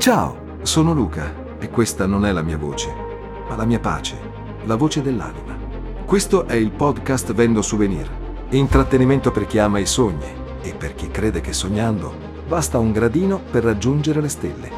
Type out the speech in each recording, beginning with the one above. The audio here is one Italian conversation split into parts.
Ciao, sono Luca e questa non è la mia voce, ma la mia pace, la voce dell'anima. Questo è il podcast Vendo Souvenir, intrattenimento per chi ama i sogni e per chi crede che sognando basta un gradino per raggiungere le stelle.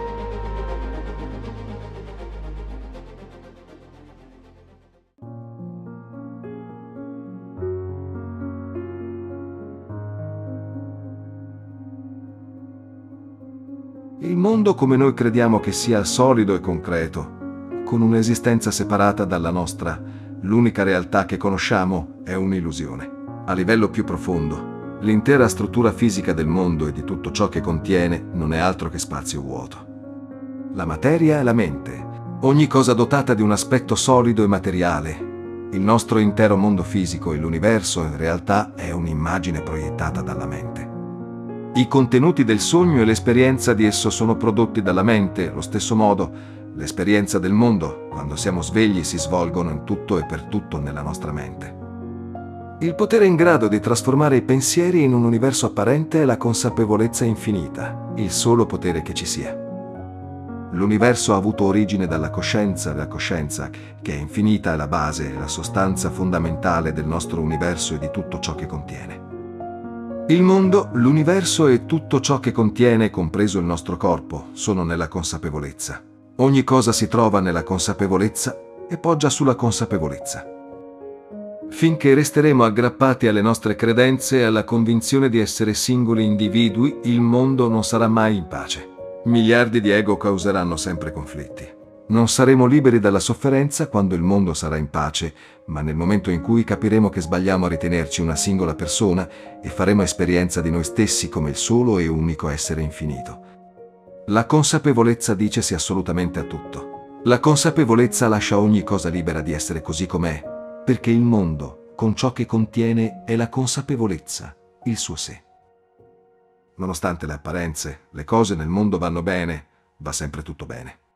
Il mondo come noi crediamo che sia solido e concreto, con un'esistenza separata dalla nostra, l'unica realtà che conosciamo è un'illusione. A livello più profondo, l'intera struttura fisica del mondo e di tutto ciò che contiene non è altro che spazio vuoto. La materia è la mente, ogni cosa dotata di un aspetto solido e materiale. Il nostro intero mondo fisico e l'universo in realtà è un'immagine proiettata dalla mente. I contenuti del sogno e l'esperienza di esso sono prodotti dalla mente, allo stesso modo l'esperienza del mondo, quando siamo svegli, si svolgono in tutto e per tutto nella nostra mente. Il potere in grado di trasformare i pensieri in un universo apparente è la consapevolezza infinita, il solo potere che ci sia. L'universo ha avuto origine dalla coscienza, e la coscienza, che è infinita, è la base, la sostanza fondamentale del nostro universo e di tutto ciò che contiene. Il mondo, l'universo e tutto ciò che contiene, compreso il nostro corpo, sono nella consapevolezza. Ogni cosa si trova nella consapevolezza e poggia sulla consapevolezza. Finché resteremo aggrappati alle nostre credenze e alla convinzione di essere singoli individui, il mondo non sarà mai in pace. Miliardi di ego causeranno sempre conflitti. Non saremo liberi dalla sofferenza quando il mondo sarà in pace, ma nel momento in cui capiremo che sbagliamo a ritenerci una singola persona e faremo esperienza di noi stessi come il solo e unico essere infinito. La consapevolezza dice sì assolutamente a tutto. La consapevolezza lascia ogni cosa libera di essere così com'è, perché il mondo, con ciò che contiene, è la consapevolezza, il suo sé. Nonostante le apparenze, le cose nel mondo vanno bene, va sempre tutto bene.